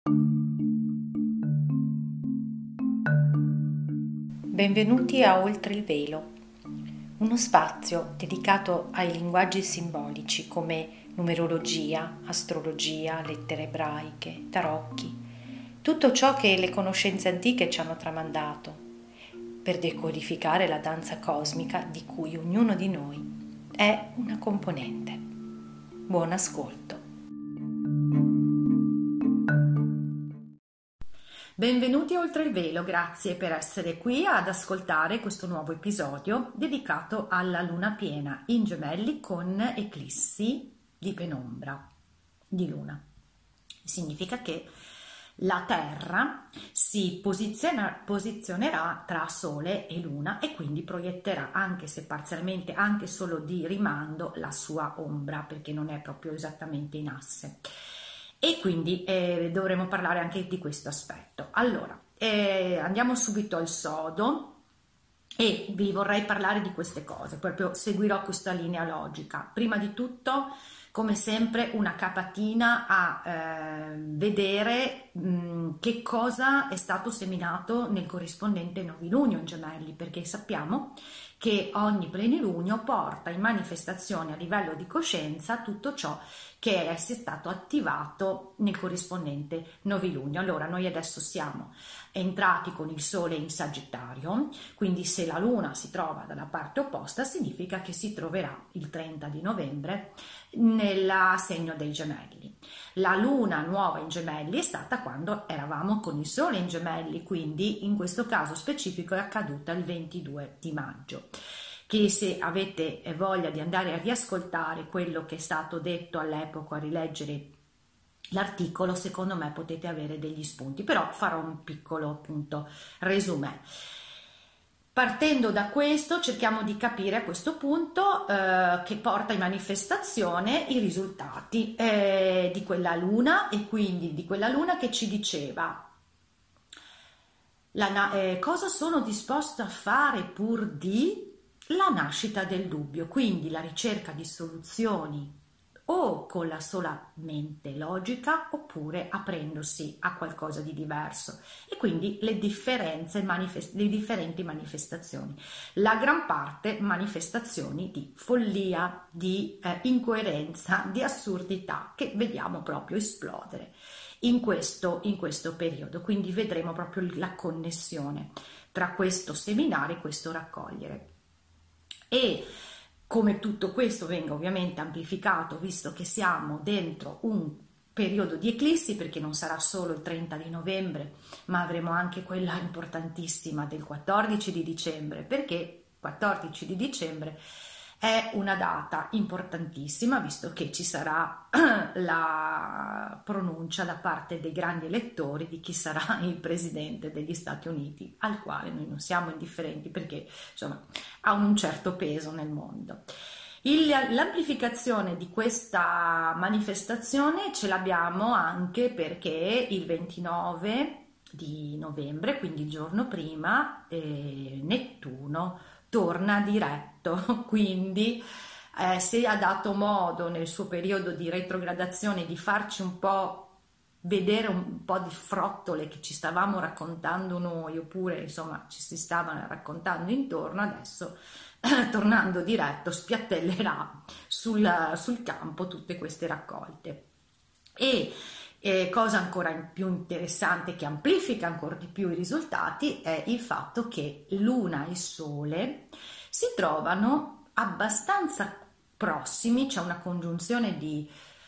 Benvenuti a Oltre il Velo, uno spazio dedicato ai linguaggi simbolici come numerologia, astrologia, lettere ebraiche, tarocchi, tutto ciò che le conoscenze antiche ci hanno tramandato, per decodificare la danza cosmica di cui ognuno di noi è una componente. Buon ascolto. Benvenuti a Oltre il Velo, grazie per essere qui ad ascoltare questo nuovo episodio dedicato alla luna piena in Gemelli con eclissi di penombra di luna. Significa che la Terra si posizionerà tra Sole e Luna e quindi proietterà, anche se parzialmente, anche solo di rimando, la sua ombra, perché non è proprio esattamente in asse. E quindi dovremo parlare anche di questo aspetto. Allora, andiamo subito al sodo e vi vorrei parlare di queste cose, proprio seguirò questa linea logica. Prima di tutto, come sempre, una capatina a vedere che cosa è stato seminato nel corrispondente novilunio in Gemelli, perché sappiamo che ogni plenilunio porta in manifestazione a livello di coscienza tutto ciò che è stato attivato nel corrispondente novilunio. Allora, noi adesso siamo entrati con il Sole in Sagittario, quindi se la Luna si trova dalla parte opposta significa che si troverà il 30 di novembre nel segno dei Gemelli. La Luna nuova in Gemelli è stata quando eravamo con il Sole in Gemelli, quindi in questo caso specifico è accaduta il 22 di maggio. Che se avete voglia di andare a riascoltare quello che è stato detto all'epoca, a rileggere l'articolo, secondo me potete avere degli spunti, però farò un piccolo appunto resumé. Partendo da questo cerchiamo di capire a questo punto che porta in manifestazione i risultati di quella luna, e quindi di quella luna che ci diceva cosa sono disposto a fare pur di la nascita del dubbio, quindi la ricerca di soluzioni o con la sola mente logica oppure aprendosi a qualcosa di diverso, e quindi le differenti manifestazioni, la gran parte manifestazioni di follia, di incoerenza, di assurdità che vediamo proprio esplodere in questo periodo. Quindi vedremo proprio la connessione tra questo seminare e questo raccogliere. E come tutto questo venga ovviamente amplificato, visto che siamo dentro un periodo di eclissi, perché non sarà solo il 30 di novembre, ma avremo anche quella importantissima del 14 di dicembre, perché 14 di dicembre è una data importantissima, visto che ci sarà la pronuncia da parte dei grandi elettori di chi sarà il presidente degli Stati Uniti, al quale noi non siamo indifferenti perché insomma ha un certo peso nel mondo. L'amplificazione di questa manifestazione ce l'abbiamo anche perché il 29 di novembre, quindi il giorno prima, Nettuno torna diretto, quindi se ha dato modo nel suo periodo di retrogradazione di farci un po' vedere un po' di frottole che ci stavamo raccontando noi, oppure insomma ci si stavano raccontando intorno, adesso tornando diretto spiattellerà sul campo tutte queste raccolte. E cosa ancora più interessante, che amplifica ancora di più i risultati, è il fatto che Luna e Sole si trovano abbastanza prossimi, c'è una congiunzione di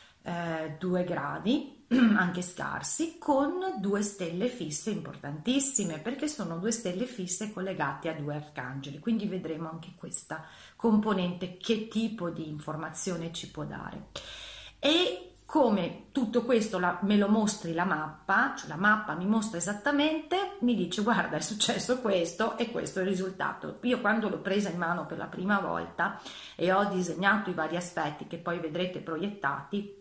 2 gradi, anche scarsi, con 2 stelle fisse importantissime, perché sono 2 stelle fisse collegate a 2 arcangeli, quindi vedremo anche questa componente, che tipo di informazione ci può dare. E come tutto questo me lo mostri la mappa, cioè la mappa mi mostra esattamente, mi dice guarda è successo questo e questo è il risultato. Io quando l'ho presa in mano per la prima volta e ho disegnato i vari aspetti che poi vedrete proiettati,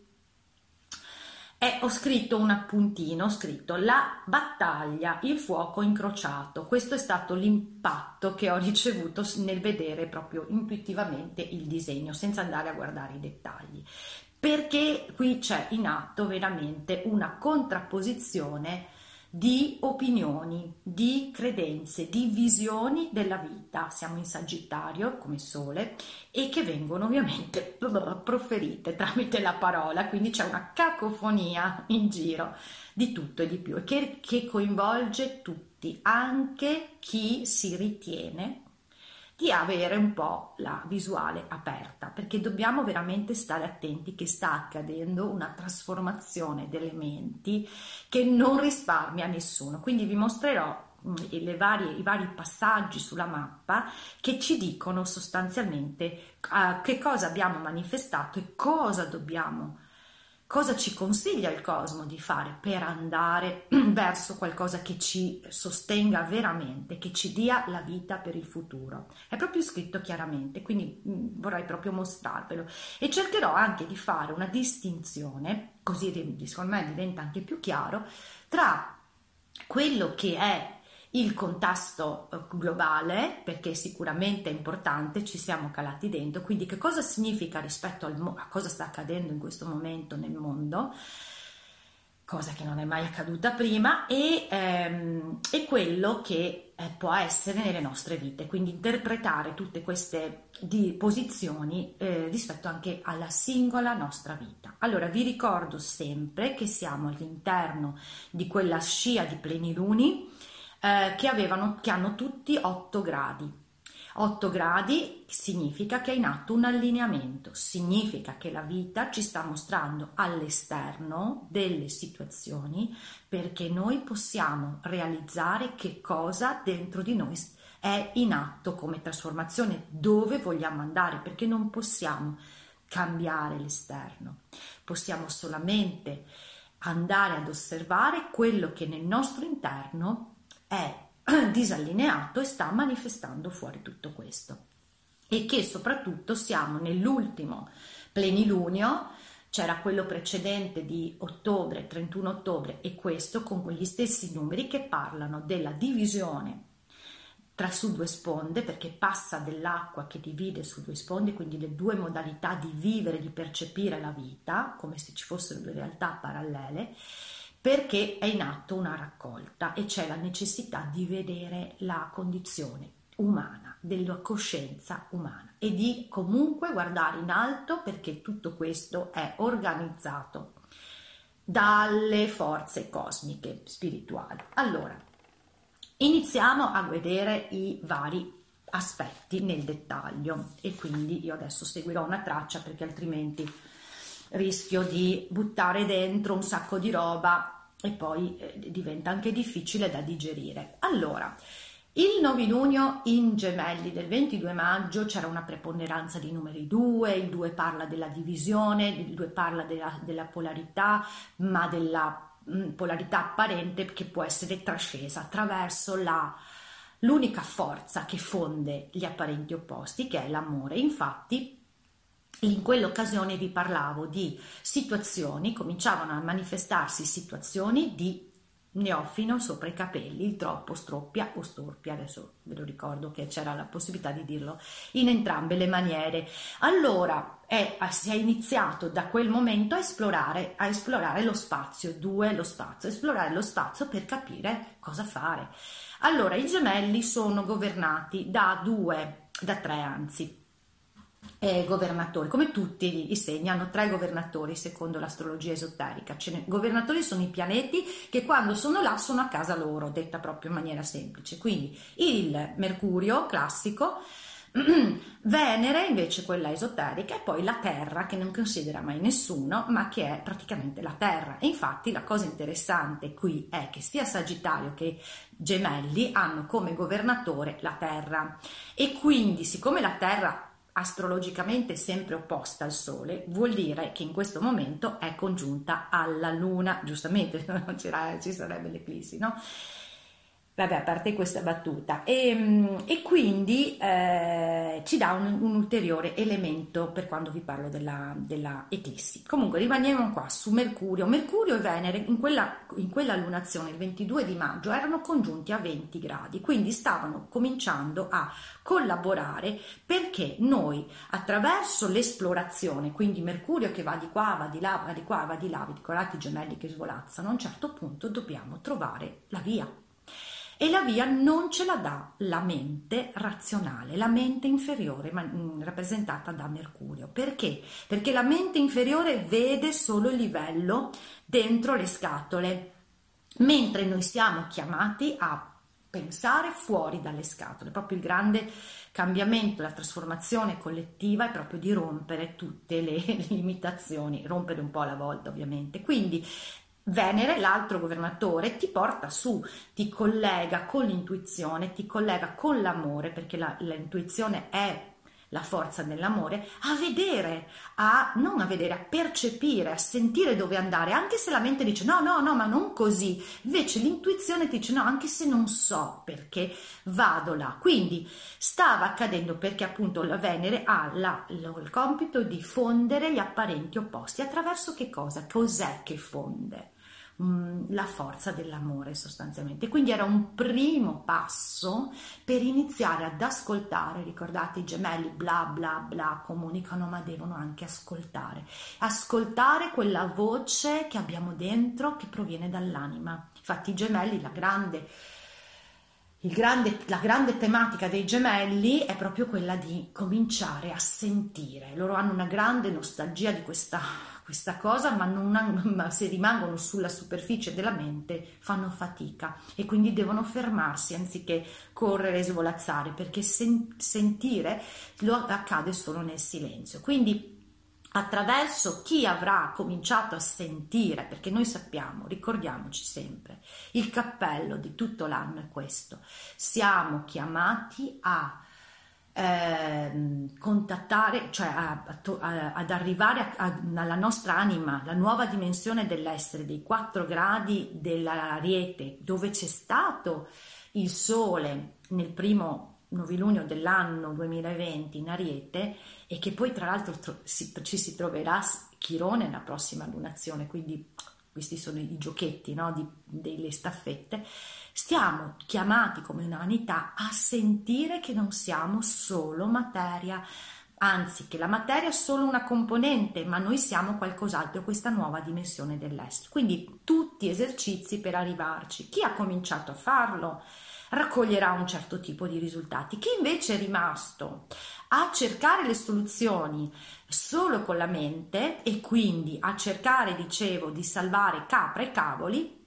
ho scritto un appuntino, ho scritto la battaglia, il fuoco incrociato. Questo è stato l'impatto che ho ricevuto nel vedere proprio intuitivamente il disegno, senza andare a guardare i dettagli. perché qui c'è in atto veramente una contrapposizione di opinioni, di credenze, di visioni della vita. Siamo in Sagittario come Sole e che vengono ovviamente proferite tramite la parola, quindi c'è una cacofonia in giro di tutto e di più e che coinvolge tutti, anche chi si ritiene di avere un po' la visuale aperta, perché dobbiamo veramente stare attenti che sta accadendo una trasformazione delle menti che non risparmia nessuno. Quindi vi mostrerò i vari passaggi sulla mappa che ci dicono sostanzialmente che cosa abbiamo manifestato e cosa ci consiglia il cosmo di fare per andare verso qualcosa che ci sostenga veramente, che ci dia la vita per il futuro. È proprio scritto chiaramente, quindi vorrei proprio mostrarvelo e cercherò anche di fare una distinzione, così secondo me diventa anche più chiaro, tra quello che è il contesto globale, perché sicuramente è importante, ci siamo calati dentro, quindi che cosa significa rispetto a cosa sta accadendo in questo momento nel mondo, cosa che non è mai accaduta prima, e quello che può essere nelle nostre vite, quindi interpretare tutte queste posizioni rispetto anche alla singola nostra vita. Allora vi ricordo sempre che siamo all'interno di quella scia di pleniluni che hanno tutti 8 gradi. 8 gradi significa che è in atto un allineamento, significa che la vita ci sta mostrando all'esterno delle situazioni perché noi possiamo realizzare che cosa dentro di noi è in atto come trasformazione, dove vogliamo andare, perché non possiamo cambiare l'esterno, possiamo solamente andare ad osservare quello che nel nostro interno è disallineato e sta manifestando fuori tutto questo, e che soprattutto siamo nell'ultimo plenilunio. C'era quello precedente di ottobre, 31 ottobre, e questo con quegli stessi numeri che parlano della divisione su due sponde, perché passa dell'acqua che divide su due sponde, quindi le due modalità di vivere, di percepire la vita, come se ci fossero due realtà parallele, perché è in atto una raccolta e c'è la necessità di vedere la condizione umana, della coscienza umana e di comunque guardare in alto, perché tutto questo è organizzato dalle forze cosmiche spirituali. Allora, iniziamo a vedere i vari aspetti nel dettaglio e quindi io adesso seguirò una traccia perché altrimenti rischio di buttare dentro un sacco di roba e poi diventa anche difficile da digerire. Allora, il novilunio in Gemelli del 22 maggio c'era una preponderanza di numeri 2, il 2 parla della divisione, il 2 parla della polarità, ma della polarità apparente che può essere trascesa attraverso l'unica forza che fonde gli apparenti opposti, che è l'amore. Infatti in quell'occasione vi parlavo di situazioni, cominciavano a manifestarsi situazioni di neofino sopra i capelli, il troppo, stroppia o storpia, adesso ve lo ricordo che c'era la possibilità di dirlo in entrambe le maniere. Allora si è iniziato da quel momento a esplorare lo spazio, esplorare lo spazio per capire cosa fare. Allora i gemelli sono governati da tre anzi, governatori, come tutti i segni hanno 3 governatori secondo l'astrologia esoterica. Governatori sono i pianeti che quando sono là sono a casa loro, detta proprio in maniera semplice, quindi il Mercurio classico, Venere invece quella esoterica, e poi la Terra che non considera mai nessuno ma che è praticamente la Terra. E infatti la cosa interessante qui è che sia Sagittario che Gemelli hanno come governatore la Terra, e quindi siccome la Terra astrologicamente sempre opposta al Sole, vuol dire che in questo momento è congiunta alla Luna, giustamente ci sarebbe l'eclissi, no? Vabbè, a parte questa battuta, e quindi ci dà un ulteriore elemento per quando vi parlo della eclissi. Comunque rimaniamo qua su Mercurio. Mercurio e Venere in quella lunazione, il 22 di maggio, erano congiunti a 20 gradi, quindi stavano cominciando a collaborare perché noi, attraverso l'esplorazione, quindi Mercurio che va di qua, va di là, va di qua, va di là, vi ricordate i gemelli che svolazzano, a un certo punto dobbiamo trovare la via. E la via non ce la dà la mente razionale, la mente inferiore, rappresentata da Mercurio. Perché? Perché la mente inferiore vede solo il livello dentro le scatole, mentre noi siamo chiamati a pensare fuori dalle scatole. Proprio il grande cambiamento, la trasformazione collettiva è proprio di rompere tutte le limitazioni, rompere un po' alla volta ovviamente. Quindi Venere, l'altro governatore, ti porta su, ti collega con l'intuizione, ti collega con l'amore, perché l'intuizione è la forza dell'amore, a vedere, non a vedere, a percepire, a sentire dove andare, anche se la mente dice no, no, no, ma non così. Invece l'intuizione ti dice no, anche se non so perché vado là. Quindi stava accadendo perché appunto la Venere ha il compito di fondere gli apparenti opposti. Attraverso che cosa? Cos'è che fonde? La forza dell'amore sostanzialmente. Quindi era un primo passo per iniziare ad ascoltare. Ricordate, i gemelli bla bla bla comunicano, ma devono anche ascoltare quella voce che abbiamo dentro, che proviene dall'anima. Infatti i gemelli, la grande tematica dei gemelli è proprio quella di cominciare a sentire. Loro hanno una grande nostalgia di questa cosa, ma se rimangono sulla superficie della mente fanno fatica e quindi devono fermarsi anziché correre e svolazzare, perché sentire accade solo nel silenzio. Quindi attraverso chi avrà cominciato a sentire, perché noi sappiamo, ricordiamoci sempre, il cappello di tutto l'anno è questo: siamo chiamati a contattare, cioè ad arrivare alla nostra anima, la nuova dimensione dell'essere, dei 4 gradi dell'Ariete, dove c'è stato il Sole nel primo novilunio dell'anno 2020 in Ariete, e che poi tra l'altro ci si troverà Chirone nella prossima lunazione, quindi questi sono i giochetti, no, delle staffette. Stiamo chiamati come umanità a sentire che non siamo solo materia, anzi che la materia è solo una componente, ma noi siamo qualcos'altro, questa nuova dimensione dell'essere. Quindi tutti esercizi per arrivarci. Chi ha cominciato a farlo raccoglierà un certo tipo di risultati. Chi invece è rimasto a cercare le soluzioni solo con la mente e quindi a cercare, dicevo, di salvare capra e cavoli,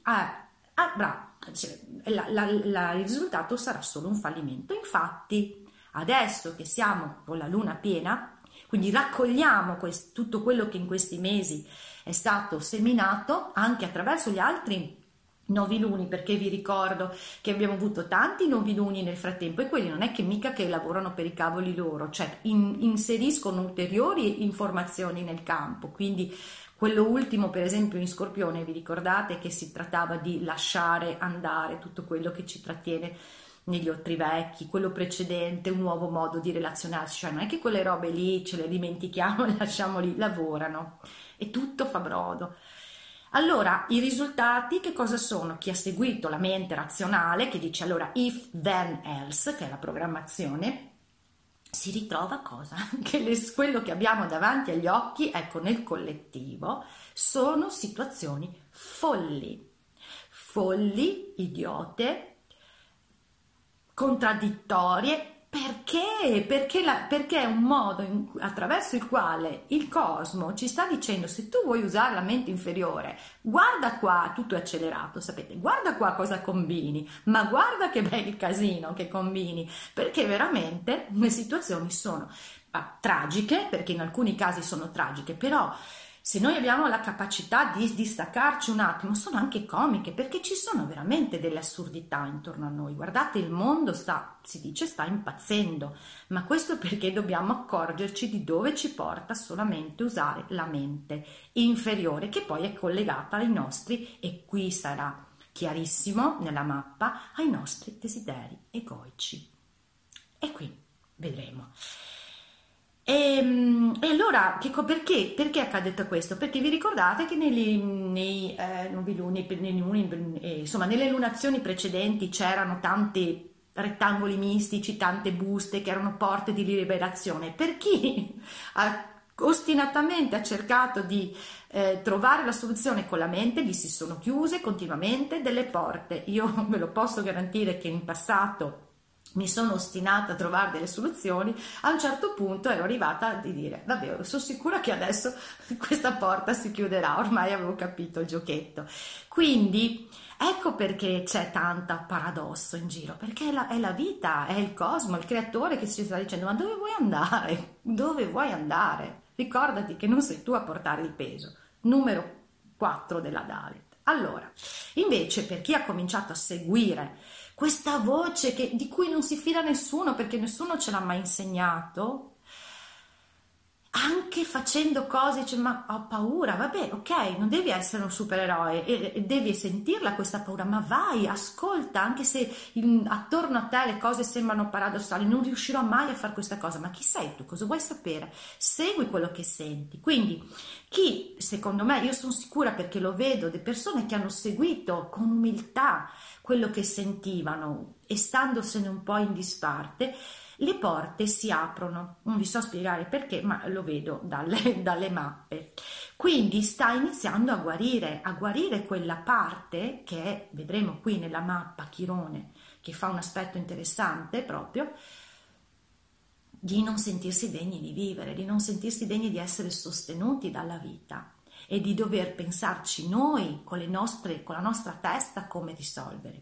il risultato sarà solo un fallimento. Infatti, adesso che siamo con la luna piena, quindi raccogliamo tutto quello che in questi mesi è stato seminato anche attraverso gli altri noviluni, perché vi ricordo che abbiamo avuto tanti noviluni nel frattempo e quelli non è che mica che lavorano per i cavoli loro, cioè inseriscono ulteriori informazioni nel campo. Quindi quello ultimo, per esempio in Scorpione, vi ricordate che si trattava di lasciare andare tutto quello che ci trattiene negli otri vecchi, quello precedente, un nuovo modo di relazionarsi, cioè non è che quelle robe lì ce le dimentichiamo e lasciamo lì, lavorano e tutto fa brodo. Allora, i risultati che cosa sono? Chi ha seguito la mente razionale, che dice allora if then else, che è la programmazione, si ritrova cosa? Che quello che abbiamo davanti agli occhi, ecco, nel collettivo, sono situazioni folli, idiote, contraddittorie. Perché? Perché è un modo attraverso il quale il cosmo ci sta dicendo: se tu vuoi usare la mente inferiore, guarda qua, tutto è accelerato, sapete, guarda qua cosa combini, ma guarda che bel casino che combini, perché veramente le situazioni sono tragiche, perché in alcuni casi sono tragiche, però se noi abbiamo la capacità di distaccarci un attimo, sono anche comiche, perché ci sono veramente delle assurdità intorno a noi. Guardate, il mondo si dice sta impazzendo, ma questo perché dobbiamo accorgerci di dove ci porta solamente usare la mente inferiore, che poi è collegata ai nostri, e qui sarà chiarissimo nella mappa ai nostri desideri egoici. E qui vedremo. E allora, perché è accaduto questo? Perché vi ricordate che insomma, nelle lunazioni precedenti c'erano tanti rettangoli mistici, tante buste che erano porte di liberazione. Per chi ostinatamente ha cercato di trovare la soluzione con la mente, gli si sono chiuse continuamente delle porte. Io ve lo posso garantire che in passato mi sono ostinata a trovare delle soluzioni. A un certo punto ero arrivata a dire vabbè, sono sicura che adesso questa porta si chiuderà, ormai avevo capito il giochetto. Quindi ecco perché c'è tanta paradosso in giro, perché è la vita, è il cosmo, il creatore che ci sta dicendo ma dove vuoi andare? Dove vuoi andare? Ricordati che non sei tu a portare il peso. Numero 4 della Dalit. Allora, invece per chi ha cominciato a seguire questa voce di cui non si fida nessuno perché nessuno ce l'ha mai insegnato, anche facendo cose, dice, ma ho paura, vabbè, ok, non devi essere un supereroe e devi sentirla questa paura, ma vai, ascolta, anche se attorno a te le cose sembrano paradossali, non riuscirò mai a fare questa cosa, ma chi sei tu? Cosa vuoi sapere? Segui quello che senti. Quindi chi, secondo me, io sono sicura perché lo vedo, le persone che hanno seguito con umiltà quello che sentivano e standosene un po' in disparte, le porte si aprono. Non vi so spiegare perché, ma lo vedo dalle mappe. Quindi sta iniziando a guarire quella parte che è, vedremo qui nella mappa Chirone, che fa un aspetto interessante proprio, di non sentirsi degni di vivere, di non sentirsi degni di essere sostenuti dalla vita e di dover pensarci noi con la nostra testa come risolvere.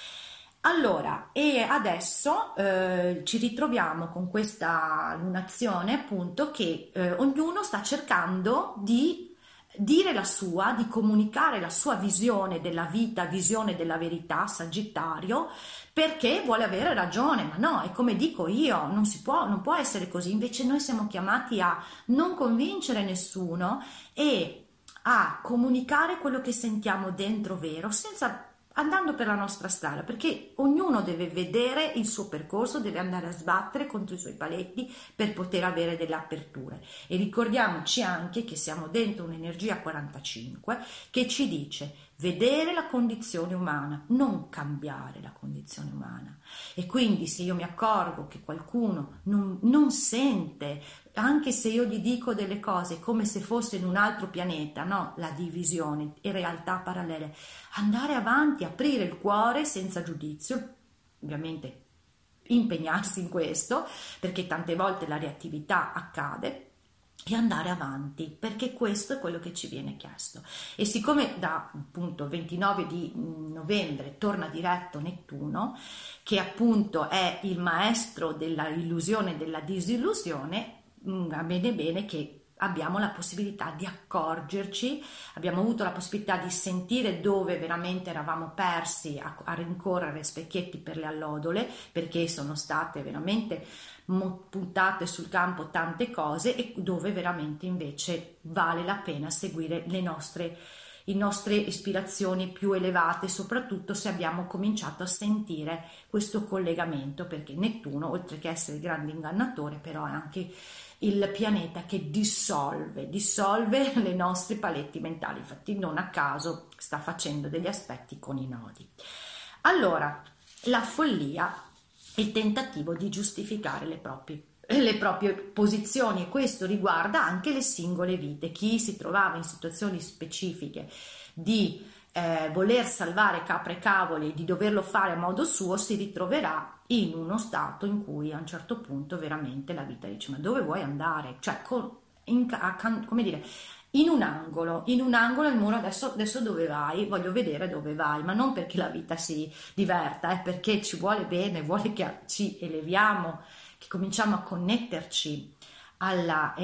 Allora, e adesso ci ritroviamo con questa lunazione appunto che ognuno sta cercando di dire la sua, di comunicare la sua visione della vita, visione della verità, Sagittario, perché vuole avere ragione, ma no, è come dico io, non può essere così. Invece noi siamo chiamati a non convincere nessuno e a comunicare quello che sentiamo dentro vero, senza andando per la nostra strada, perché ognuno deve vedere il suo percorso, deve andare a sbattere contro i suoi paletti per poter avere delle aperture. E ricordiamoci anche che siamo dentro un'energia 45 che ci dice vedere la condizione umana, non cambiare la condizione umana. E quindi se io mi accorgo che qualcuno non sente, anche se io gli dico delle cose come se fosse in un altro pianeta, no? La divisione e realtà parallele, andare avanti, aprire il cuore senza giudizio, ovviamente impegnarsi in questo, perché tante volte la reattività accade, e andare avanti, perché questo è quello che ci viene chiesto. E siccome da appunto 29 di novembre torna diretto Nettuno, che appunto è il maestro della illusione e della disillusione, va bene che abbiamo la possibilità di accorgerci, abbiamo avuto la possibilità di sentire dove veramente eravamo persi a rincorrere specchietti per le allodole, perché sono state veramente puntate sul campo tante cose e dove veramente invece vale la pena seguire le nostre ispirazioni più elevate, soprattutto se abbiamo cominciato a sentire questo collegamento, perché Nettuno, oltre che essere il grande ingannatore, però è anche il pianeta che dissolve le nostri paletti mentali. Infatti non a caso sta facendo degli aspetti con i nodi. Allora, la follia, il tentativo di giustificare le proprie posizioni, e questo riguarda anche le singole vite. Chi si trovava in situazioni specifiche di voler salvare capre e cavoli e di doverlo fare a modo suo si ritroverà in uno stato in cui a un certo punto veramente la vita dice ma dove vuoi andare? Cioè come dire, in un angolo il muro, adesso dove vai? Voglio vedere dove vai, ma non perché la vita si diverta, perché ci vuole bene, vuole che ci eleviamo, che cominciamo a connetterci alla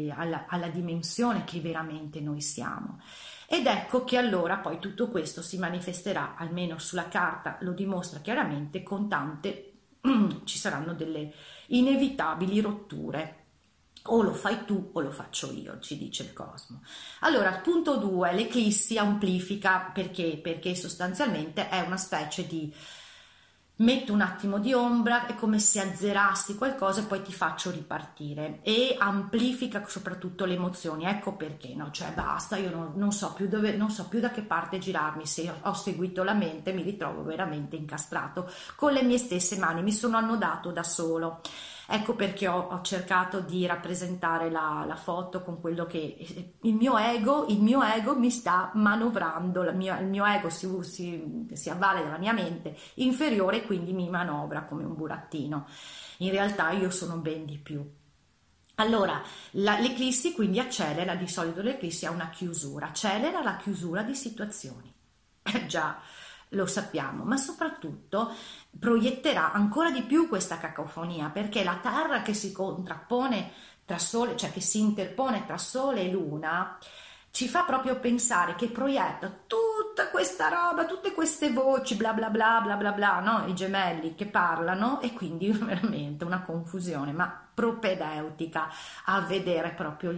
dimensione che veramente noi siamo. Ed ecco che allora poi tutto questo si manifesterà, almeno sulla carta lo dimostra chiaramente, con tante ci saranno delle inevitabili rotture. O lo fai tu o lo faccio io, ci dice il cosmo. Allora, punto 2, l'eclissi amplifica perché sostanzialmente è una specie di metto un attimo di ombra, è come se azzerassi qualcosa e poi ti faccio ripartire, e amplifica soprattutto le emozioni. Ecco perché, no? Cioè basta, io non so più dove, non so più da che parte girarmi. Se ho seguito la mente mi ritrovo veramente incastrato con le mie stesse mani, mi sono annodato da solo. Ecco perché ho cercato di rappresentare la foto con quello che il mio ego mi sta manovrando, il mio ego si avvale della mia mente inferiore, quindi mi manovra come un burattino. In realtà io sono ben di più. Allora, l'eclissi quindi accelera, di solito l'eclissi ha una chiusura, accelera la chiusura di situazioni. Già, lo sappiamo, ma soprattutto proietterà ancora di più questa cacofonia, perché la Terra che si contrappone tra Sole, cioè che si interpone tra Sole e Luna, ci fa proprio pensare che proietta tutta questa roba, tutte queste voci, bla bla bla bla bla bla, no? I gemelli che parlano, e quindi veramente una confusione, ma propedeutica a vedere proprio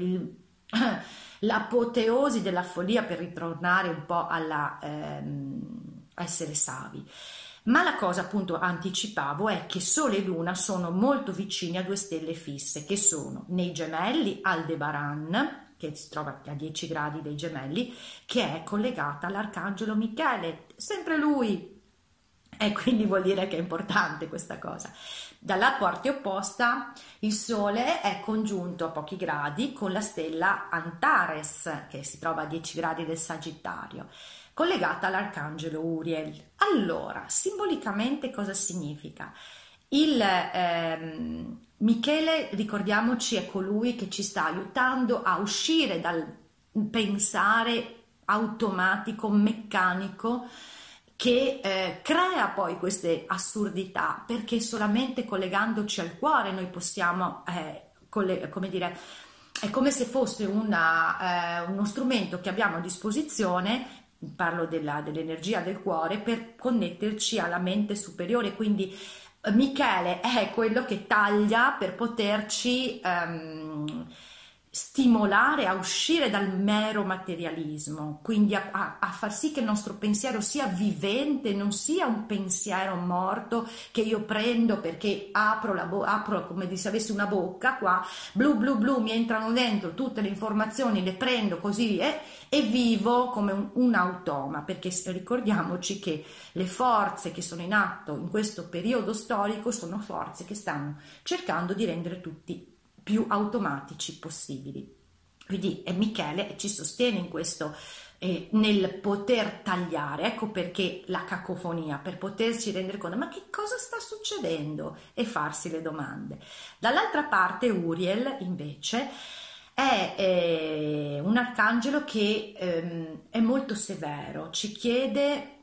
l'apoteosi della follia, per ritornare un po' alla essere savi. Ma la cosa, appunto, anticipavo, è che Sole e Luna sono molto vicini a due stelle fisse, che sono nei Gemelli Aldebaran, che si trova a 10 gradi dei Gemelli, che è collegata all'Arcangelo Michele, sempre lui, e quindi vuol dire che è importante questa cosa. Dalla parte opposta il Sole è congiunto a pochi gradi con la stella Antares, che si trova a 10 gradi del Sagittario, collegata all'Arcangelo Uriel. Allora, simbolicamente cosa significa? Il Michele, ricordiamoci, è colui che ci sta aiutando a uscire dal pensare automatico, meccanico, che crea poi queste assurdità, perché solamente collegandoci al cuore noi possiamo, come dire, è come se fosse uno strumento che abbiamo a disposizione, parlo dell'energia del cuore, per connetterci alla mente superiore. Quindi Michele è quello che taglia per poterci stimolare a uscire dal mero materialismo, quindi a far sì che il nostro pensiero sia vivente, non sia un pensiero morto che io prendo perché apro come se avessi una bocca qua, blu blu blu, mi entrano dentro tutte le informazioni, le prendo così e vivo come un automa, perché ricordiamoci che le forze che sono in atto in questo periodo storico sono forze che stanno cercando di rendere tutti più automatici possibili. Quindi Michele ci sostiene in questo, nel poter tagliare. Ecco perché la cacofonia, per poterci rendere conto, ma che cosa sta succedendo, e farsi le domande. Dall'altra parte Uriel invece è un arcangelo che è molto severo, ci chiede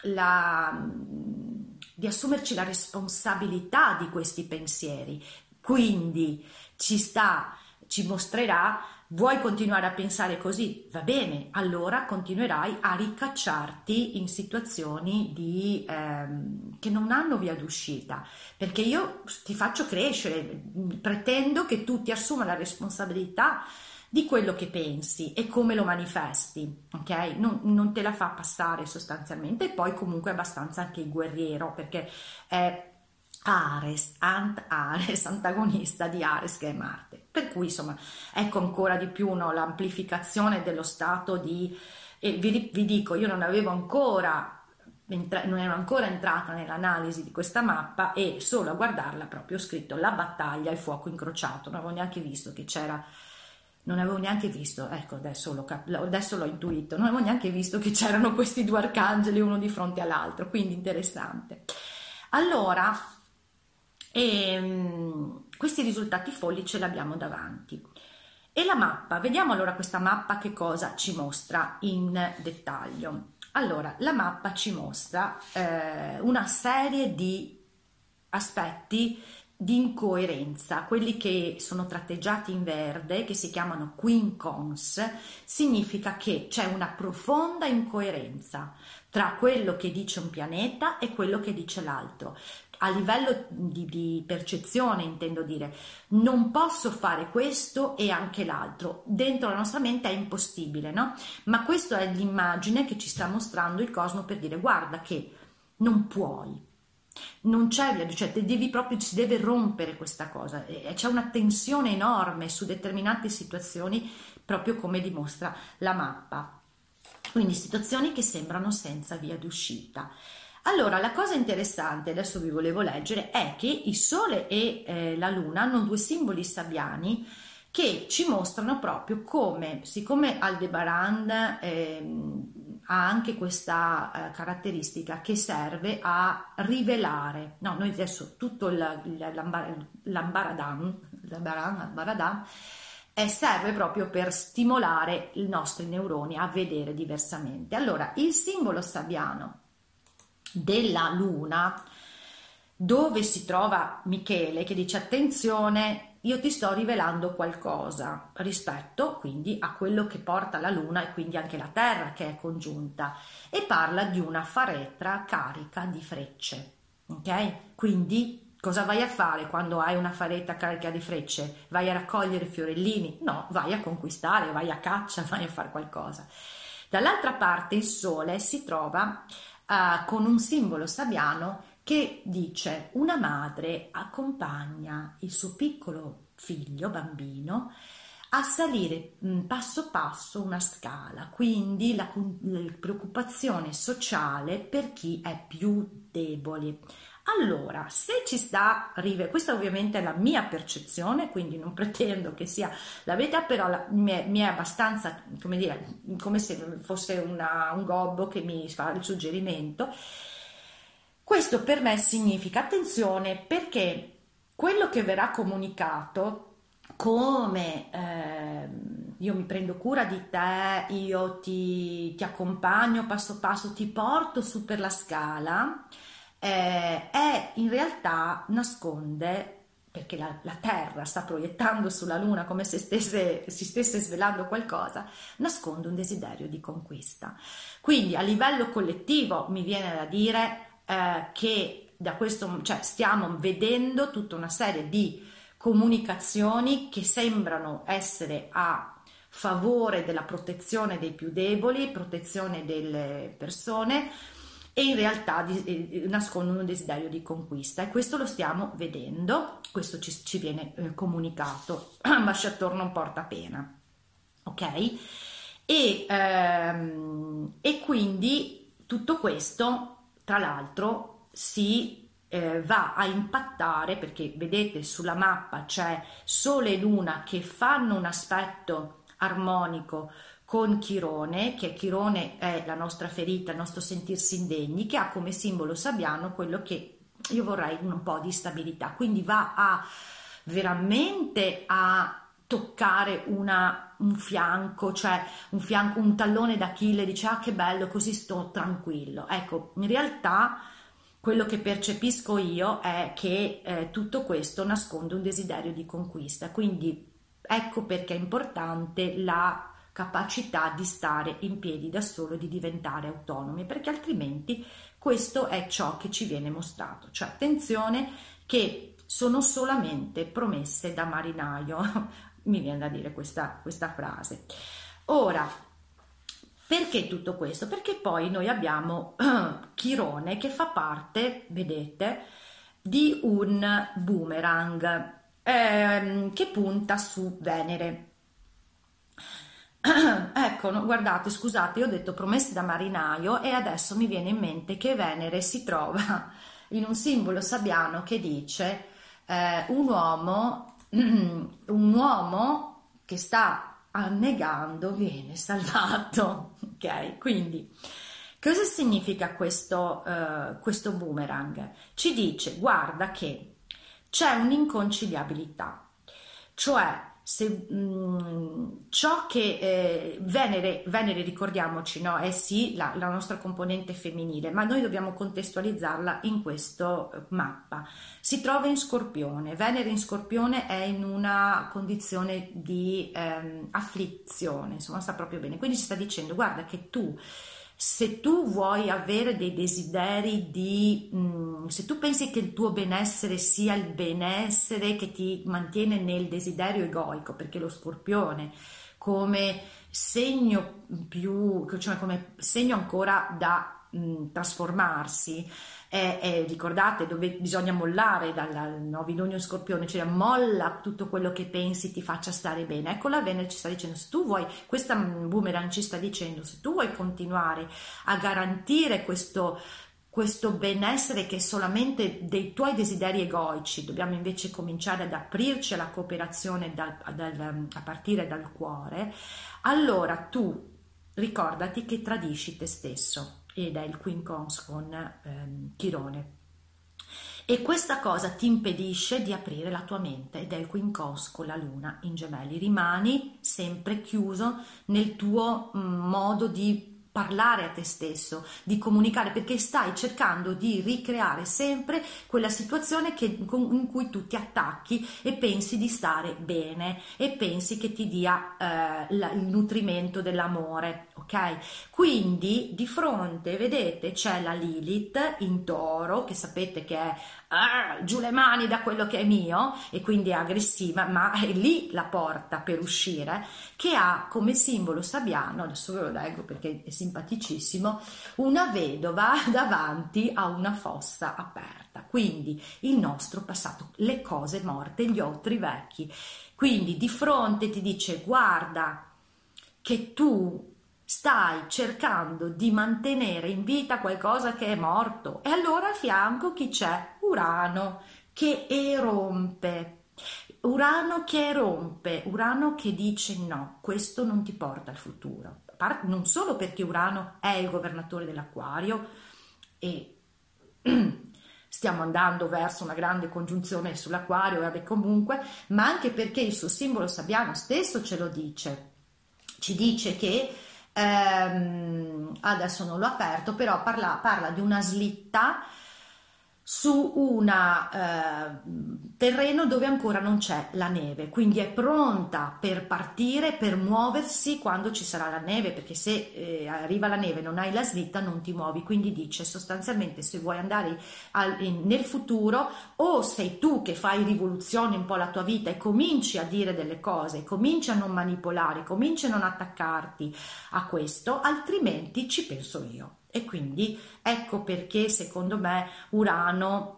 di assumerci la responsabilità di questi pensieri, quindi ci mostrerà: vuoi continuare a pensare così? Va bene, allora continuerai a ricacciarti in situazioni che non hanno via d'uscita, perché io ti faccio crescere, pretendo che tu ti assuma la responsabilità di quello che pensi e come lo manifesti, ok? Non te la fa passare sostanzialmente. E poi comunque è abbastanza anche il guerriero, perché è Ares, antagonista di Ares, che è Marte, per cui insomma ecco ancora di più, no, l'amplificazione dello stato di vi dico, io non ero ancora entrata nell'analisi di questa mappa, e solo a guardarla proprio ho scritto la battaglia, il fuoco incrociato, non avevo neanche visto che c'era, non avevo neanche visto, ecco adesso l'ho intuito, non avevo neanche visto che c'erano questi due arcangeli uno di fronte all'altro, quindi interessante. Allora, questi risultati folli ce li abbiamo davanti. E la mappa, vediamo allora questa mappa che cosa ci mostra in dettaglio. Allora, la mappa ci mostra una serie di aspetti di incoerenza, quelli che sono tratteggiati in verde, che si chiamano quincons, significa che c'è una profonda incoerenza tra quello che dice un pianeta e quello che dice l'altro. A livello di percezione, intendo dire, non posso fare questo e anche l'altro. Dentro la nostra mente è impossibile, no? Ma questa è l'immagine che ci sta mostrando il cosmo per dire guarda che non puoi. Non c'è via, cioè devi proprio, si deve rompere questa cosa, e c'è una tensione enorme su determinate situazioni, proprio come dimostra la mappa. Quindi situazioni che sembrano senza via d'uscita. Allora, la cosa interessante, adesso vi volevo leggere, è che il Sole e la Luna hanno due simboli sabbiani che ci mostrano proprio come, siccome Aldebaran ha anche questa caratteristica che serve a rivelare, no, noi adesso tutto l'Ambaradam serve proprio per stimolare i nostri neuroni a vedere diversamente. Allora, il simbolo sabbiano della Luna, dove si trova Michele che dice attenzione, io ti sto rivelando qualcosa rispetto quindi a quello che porta la Luna e quindi anche la Terra che è congiunta, e parla di una faretra carica di frecce, ok? Quindi cosa vai a fare quando hai una faretra carica di frecce? Vai a raccogliere fiorellini? No, vai a conquistare, vai a caccia, vai a fare qualcosa. Dall'altra parte il Sole si trova con un simbolo sabbiano che dice una madre accompagna il suo piccolo figlio, bambino, a salire passo passo una scala, quindi la preoccupazione sociale per chi è più debole. Allora, se ci sta, questa ovviamente è la mia percezione, quindi non pretendo che sia la verità, però mi è abbastanza, come dire, come se fosse un gobbo che mi fa il suggerimento. Questo per me significa attenzione, perché quello che verrà comunicato come io mi prendo cura di te, io ti accompagno passo passo, ti porto su per la scala, è in realtà nasconde, perché la Terra sta proiettando sulla Luna come se si stesse svelando qualcosa, nasconde un desiderio di conquista. Quindi a livello collettivo mi viene da dire che da questo, cioè, stiamo vedendo tutta una serie di comunicazioni che sembrano essere a favore della protezione dei più deboli, protezione delle persone, e in realtà nascondono un desiderio di conquista, e questo lo stiamo vedendo, questo ci viene comunicato, ambasciatore non porta pena, ok? E quindi tutto questo, tra l'altro, si va a impattare, perché vedete sulla mappa c'è Sole e Luna che fanno un aspetto armonico con Chirone, che Chirone è la nostra ferita, il nostro sentirsi indegni, che ha come simbolo sabbiano quello che io vorrei, un po' di stabilità, quindi va a veramente a toccare un fianco, cioè un tallone d'Achille, dice ah che bello, così sto tranquillo. Ecco, in realtà quello che percepisco io è che tutto questo nasconde un desiderio di conquista, quindi ecco perché è importante la capacità di stare in piedi da solo e di diventare autonomi, perché altrimenti questo è ciò che ci viene mostrato, cioè attenzione che sono solamente promesse da marinaio, mi viene da dire questa frase. Ora, perché tutto questo? Perché poi noi abbiamo Chirone che fa parte, vedete, di un boomerang che punta su Venere. Ecco, no, guardate, scusate, io ho detto promesse da marinaio e adesso mi viene in mente che Venere si trova in un simbolo sabbiano che dice un uomo che sta annegando viene salvato, ok? Quindi cosa significa questo boomerang? Ci dice guarda che c'è un'inconciliabilità, cioè se ciò che Venere ricordiamoci, no, è sì la nostra componente femminile, ma noi dobbiamo contestualizzarla in questo mappa. Si trova in Scorpione, Venere in Scorpione è in una condizione di afflizione, insomma sta proprio bene, quindi ci sta dicendo guarda che tu Se tu vuoi avere dei desideri se tu pensi che il tuo benessere sia il benessere che ti mantiene nel desiderio egoico, perché lo Scorpione come segno cioè come segno ancora da trasformarsi, ricordate dove bisogna mollare dal novilunio Scorpione, cioè molla tutto quello che pensi ti faccia stare bene. Ecco, la Venere ci sta dicendo, se tu vuoi, questa boomerang ci sta dicendo, se tu vuoi continuare a garantire questo benessere che è solamente dei tuoi desideri egoici, dobbiamo invece cominciare ad aprirci alla cooperazione a partire dal cuore. Allora tu ricordati che tradisci te stesso, ed è il quincons con Chirone, e questa cosa ti impedisce di aprire la tua mente, ed è il quincons con la luna in Gemelli. Rimani sempre chiuso nel tuo modo di parlare a te stesso, di comunicare, perché stai cercando di ricreare sempre quella situazione in cui tu ti attacchi e pensi di stare bene e pensi che ti dia il nutrimento dell'amore, ok? Quindi di fronte, vedete, c'è la Lilith in Toro, che sapete che è giù le mani da quello che è mio, e quindi è aggressiva, ma è lì la porta per uscire, che ha come simbolo sabbiano, adesso ve lo leggo perché è simpaticissimo, una vedova davanti a una fossa aperta, quindi il nostro passato, le cose morte, gli otri vecchi. Quindi di fronte ti dice: guarda che tu stai cercando di mantenere in vita qualcosa che è morto, e allora a fianco chi c'è? Urano che erompe, Urano che rompe, Urano che dice no, questo non ti porta al futuro. Non solo perché Urano è il governatore dell'Acquario e stiamo andando verso una grande congiunzione sull'Acquario, vabbè, comunque, ma anche perché il suo simbolo sabbiano stesso ce lo dice, ci dice che adesso non l'ho aperto, però parla di una slitta su un terreno dove ancora non c'è la neve, quindi è pronta per partire, per muoversi quando ci sarà la neve, perché se arriva la neve e non hai la slitta non ti muovi. Quindi dice sostanzialmente, se vuoi andare nel futuro, o sei tu che fai rivoluzione un po' la tua vita e cominci a dire delle cose, cominci a non manipolare, cominci a non attaccarti a questo, altrimenti ci penso io. E quindi ecco perché secondo me Urano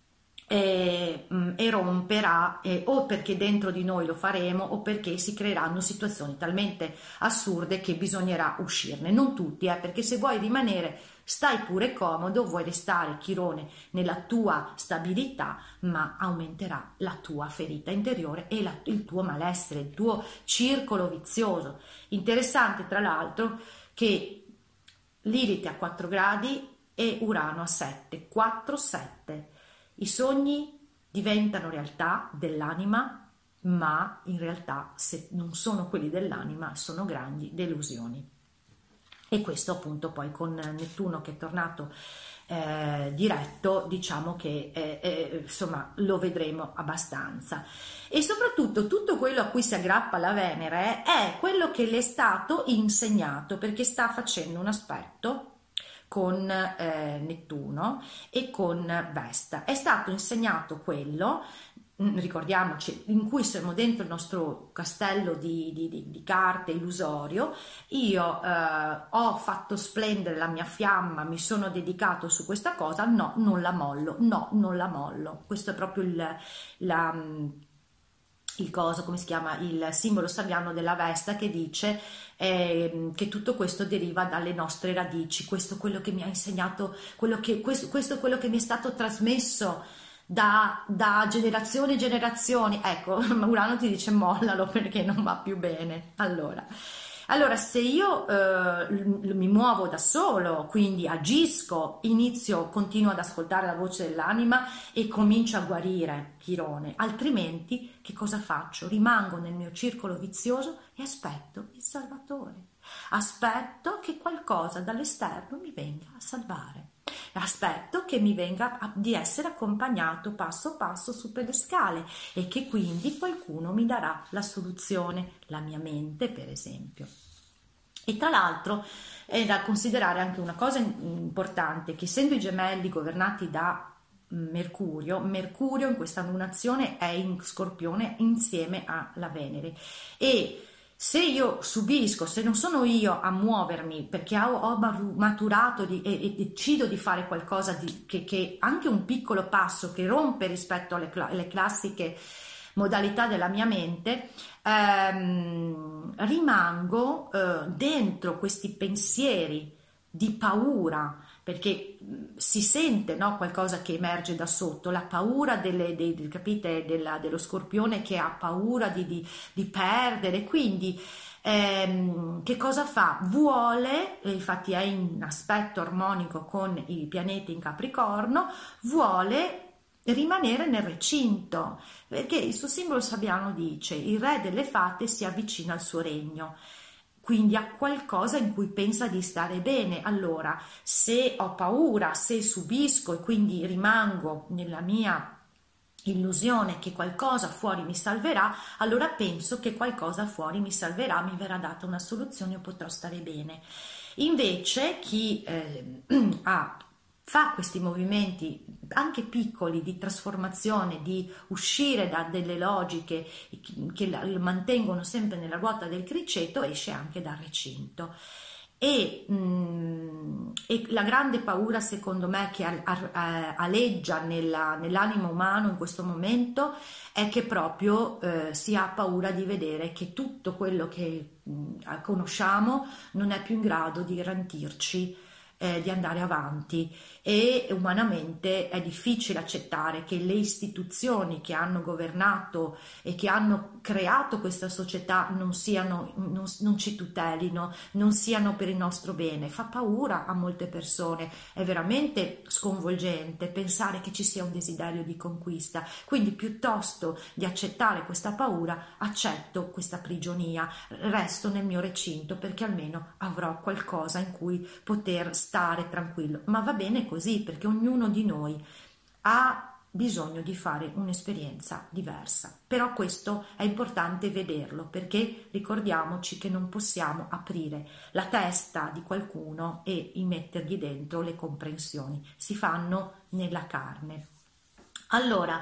eromperà, o perché dentro di noi lo faremo o perché si creeranno situazioni talmente assurde che bisognerà uscirne. Non tutti, perché se vuoi rimanere stai pure comodo, vuoi restare Chirone nella tua stabilità, ma aumenterà la tua ferita interiore e il tuo malessere, il tuo circolo vizioso. Interessante tra l'altro che Lilith a 4 gradi e Urano a 7, 4-7. I sogni diventano realtà dell'anima, ma in realtà se non sono quelli dell'anima sono grandi delusioni. E questo appunto poi con Nettuno che è tornato diretto, diciamo che insomma lo vedremo abbastanza. E soprattutto tutto quello a cui si aggrappa la Venere è quello che le è stato insegnato, perché sta facendo un aspetto con Nettuno e con Vesta. È stato insegnato quello, ricordiamoci, in cui siamo dentro il nostro castello di carte illusorio. Io ho fatto splendere la mia fiamma, mi sono dedicato su questa cosa, no, non la mollo, no, non la mollo. Questo è proprio il coso, come si chiama, il simbolo sabbiano della Vesta, che dice che tutto questo deriva dalle nostre radici. Questo è quello che mi ha insegnato, questo è quello che mi è stato trasmesso da generazioni e generazioni. Ecco, Urano ti dice mollalo perché non va più bene. Allora, se io mi muovo da solo, quindi agisco, continuo ad ascoltare la voce dell'anima e comincio a guarire Chirone, altrimenti che cosa faccio? Rimango nel mio circolo vizioso e aspetto il Salvatore, aspetto che qualcosa dall'esterno mi venga a salvare. Aspetto che mi venga di essere accompagnato passo passo su per le scale e che quindi qualcuno mi darà la soluzione, la mia mente per esempio. E tra l'altro è da considerare anche una cosa importante, che essendo i gemelli governati da Mercurio, Mercurio in questa lunazione è in Scorpione insieme alla Venere, e se io subisco, se non sono io a muovermi perché ho maturato e decido di fare qualcosa che anche un piccolo passo che rompe rispetto alle classiche modalità della mia mente, rimango dentro questi pensieri di paura, perché si sente, no, qualcosa che emerge da sotto, la paura capite, dello scorpione che ha paura di perdere, quindi che cosa fa? Vuole, infatti è in aspetto armonico con i pianeti in Capricorno, vuole rimanere nel recinto, perché il suo simbolo sabbiano dice: il re delle fate si avvicina al suo regno, quindi a qualcosa in cui pensa di stare bene. Allora, se ho paura, se subisco e quindi rimango nella mia illusione che qualcosa fuori mi salverà, allora penso che qualcosa fuori mi salverà, mi verrà data una soluzione, io potrò stare bene. Invece chi fa questi movimenti anche piccoli di trasformazione, di uscire da delle logiche che lo mantengono sempre nella ruota del criceto, esce anche dal recinto. E la grande paura, secondo me, che aleggia nell'animo umano in questo momento è che proprio si ha paura di vedere che tutto quello che conosciamo non è più in grado di garantirci di andare avanti, e umanamente è difficile accettare che le istituzioni che hanno governato e che hanno creato questa società non ci tutelino, non siano per il nostro bene. Fa paura a molte persone, è veramente sconvolgente pensare che ci sia un desiderio di conquista, quindi piuttosto di accettare questa paura accetto questa prigionia, resto nel mio recinto perché almeno avrò qualcosa in cui poter stare tranquillo. Ma va bene così, perché ognuno di noi ha bisogno di fare un'esperienza diversa, però questo è importante vederlo, perché ricordiamoci che non possiamo aprire la testa di qualcuno e immettergli dentro le comprensioni, si fanno nella carne. Allora,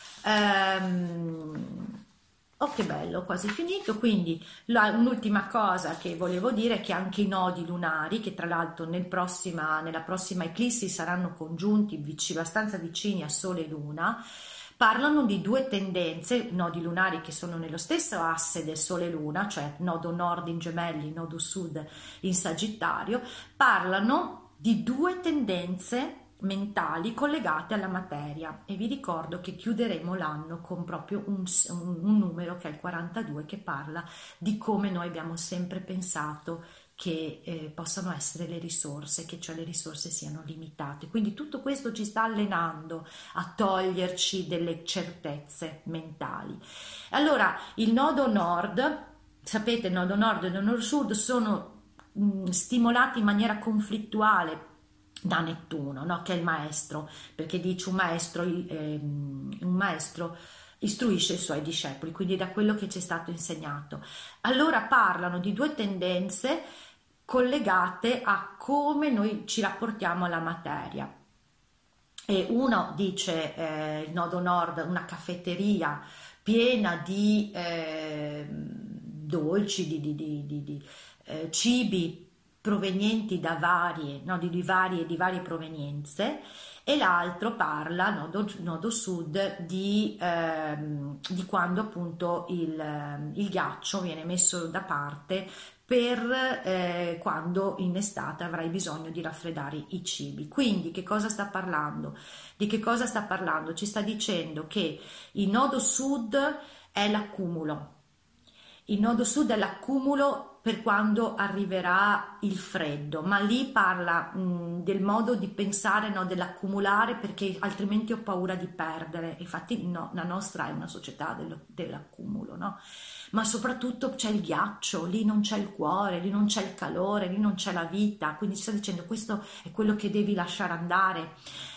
oh che bello, quasi finito. Quindi un'ultima cosa che volevo dire è che anche i nodi lunari, che tra l'altro nella prossima eclissi saranno congiunti abbastanza vicini a Sole e Luna, parlano di due tendenze, nodi lunari che sono nello stesso asse del Sole e Luna, cioè nodo nord in Gemelli, nodo sud in Sagittario, parlano di due tendenze mentali collegate alla materia, e vi ricordo che chiuderemo l'anno con proprio un numero che è il 42, che parla di come noi abbiamo sempre pensato che possano essere le risorse, che cioè le risorse siano limitate. Quindi tutto questo ci sta allenando a toglierci delle certezze mentali. Allora, il nodo nord, sapete, il nodo nord e il nodo sud sono stimolati in maniera conflittuale da Nettuno, no? Che è il maestro, perché dice un maestro istruisce i suoi discepoli, quindi da quello che ci è stato insegnato. Allora parlano di due tendenze collegate a come noi ci rapportiamo alla materia. E uno dice, il nodo nord, una caffetteria piena di dolci, di cibi provenienti da di varie provenienze, e l'altro parla, nodo sud, di quando appunto il ghiaccio viene messo da parte per quando in estate avrai bisogno di raffreddare i cibi. Quindi che cosa sta parlando? Di che cosa sta parlando? Ci sta dicendo che il nodo sud è l'accumulo. Il nodo sud è l'accumulo per quando arriverà il freddo, ma lì parla del modo di pensare, no, dell'accumulare, perché altrimenti ho paura di perdere. Infatti no, la nostra è una società dell'accumulo, no? Ma soprattutto c'è il ghiaccio, lì non c'è il cuore, lì non c'è il calore, lì non c'è la vita, quindi ci sta dicendo questo è quello che devi lasciare andare.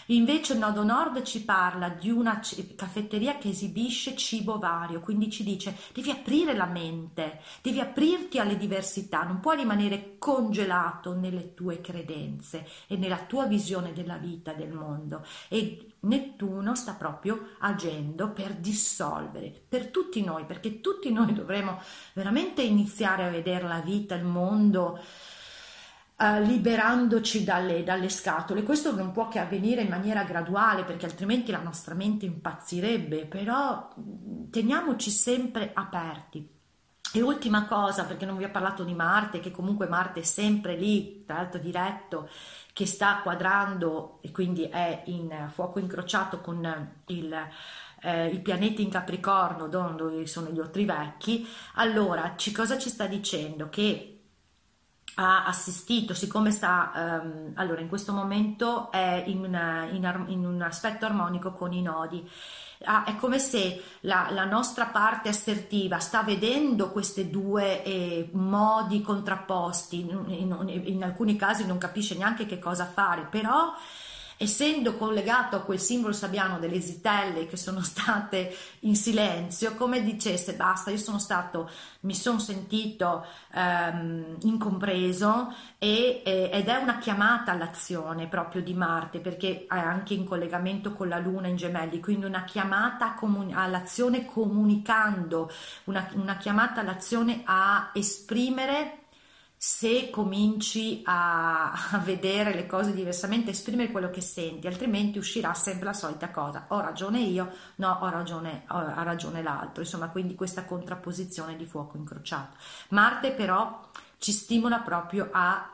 Invece il Nodo Nord ci parla di una caffetteria che esibisce cibo vario, quindi ci dice devi aprire la mente, devi aprirti alle diversità, non puoi rimanere congelato nelle tue credenze e nella tua visione della vita, del mondo. E Nettuno sta proprio agendo per dissolvere, per tutti noi, perché tutti noi dovremo veramente iniziare a vedere la vita, il mondo, liberandoci dalle scatole. Questo non può che avvenire in maniera graduale, perché altrimenti la nostra mente impazzirebbe, però teniamoci sempre aperti. E ultima cosa, perché non vi ho parlato di Marte, che comunque Marte è sempre lì, tra l'altro diretto, che sta quadrando e quindi è in fuoco incrociato con i pianeti in Capricorno, dove sono gli otri vecchi. Allora, cosa ci sta dicendo? Che ha assistito, siccome sta, allora in questo momento è in un aspetto armonico con i nodi. È come se la nostra parte assertiva sta vedendo questi due modi contrapposti, in alcuni casi non capisce neanche che cosa fare, però essendo collegato a quel simbolo sabbiano delle zitelle che sono state in silenzio, come dicesse basta, mi sono sentito incompreso ed è una chiamata all'azione proprio di Marte, perché è anche in collegamento con la Luna in Gemelli, quindi una chiamata all'azione comunicando, una chiamata all'azione a esprimere. Se cominci a vedere le cose diversamente, esprimere quello che senti, altrimenti uscirà sempre la solita cosa: ho ragione io, no, ha ragione l'altro, insomma, quindi questa contrapposizione di fuoco incrociato. Marte però ci stimola proprio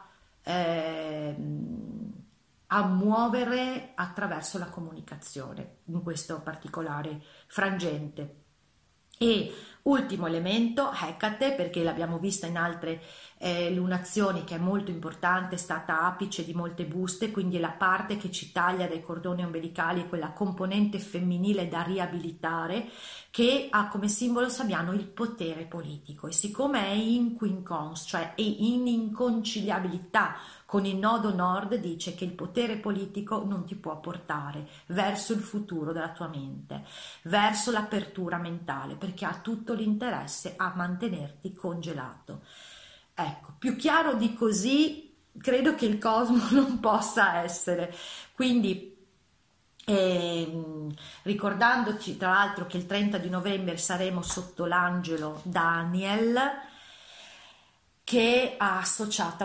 a muovere attraverso la comunicazione in questo particolare frangente. E ultimo elemento, Hecate, perché l'abbiamo vista in altre lunazioni, che è molto importante, è stata apice di molte buste, quindi è la parte che ci taglia dai cordoni ombelicali, quella componente femminile da riabilitare, che ha come simbolo sabbiano il potere politico, e siccome è in quincons, cioè è in inconciliabilità con il nodo nord, dice che il potere politico non ti può portare verso il futuro della tua mente, verso l'apertura mentale, perché ha tutto l'interesse a mantenerti congelato. Ecco, più chiaro di così credo che il cosmo non possa essere. Quindi ricordandoci tra l'altro che il 30 di novembre saremo sotto l'angelo Daniel, che ha associata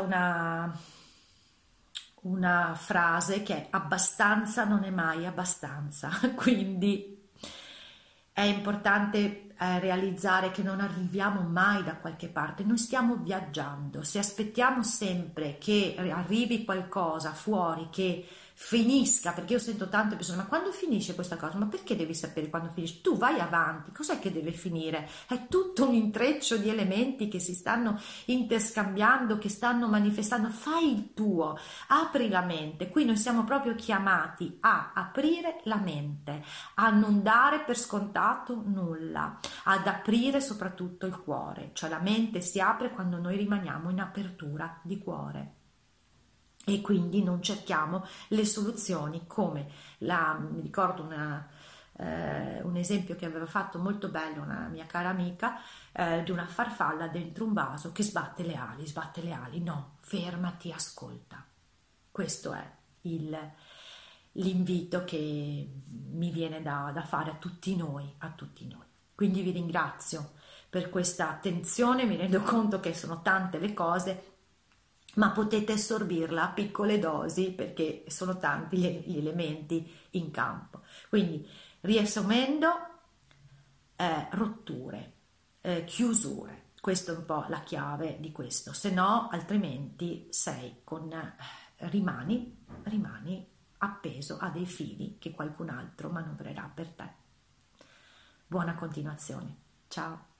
una frase che è: abbastanza non è mai abbastanza. Quindi è importante realizzare che non arriviamo mai da qualche parte, noi stiamo viaggiando. Se aspettiamo sempre che arrivi qualcosa fuori, che finisca, perché io sento tante persone: ma quando finisce questa cosa? Ma perché devi sapere quando finisce? Tu vai avanti, cos'è che deve finire? È tutto un intreccio di elementi che si stanno interscambiando, che stanno manifestando. Fai il tuo, apri la mente. Qui noi siamo proprio chiamati a aprire la mente, a non dare per scontato nulla, ad aprire soprattutto il cuore, cioè la mente si apre quando noi rimaniamo in apertura di cuore. E quindi non cerchiamo le soluzioni come mi ricordo un esempio che aveva fatto molto bello una mia cara amica, di una farfalla dentro un vaso che sbatte le ali. No, fermati, ascolta. Questo è l'invito che mi viene da fare a tutti noi, a tutti noi. Quindi vi ringrazio per questa attenzione, mi rendo conto che sono tante le cose, ma potete assorbirla a piccole dosi perché sono tanti gli elementi in campo. Quindi, riassumendo, rotture, chiusure, questa è un po' la chiave di questo, se no altrimenti rimani appeso a dei fili che qualcun altro manovrerà per te. Buona continuazione, ciao!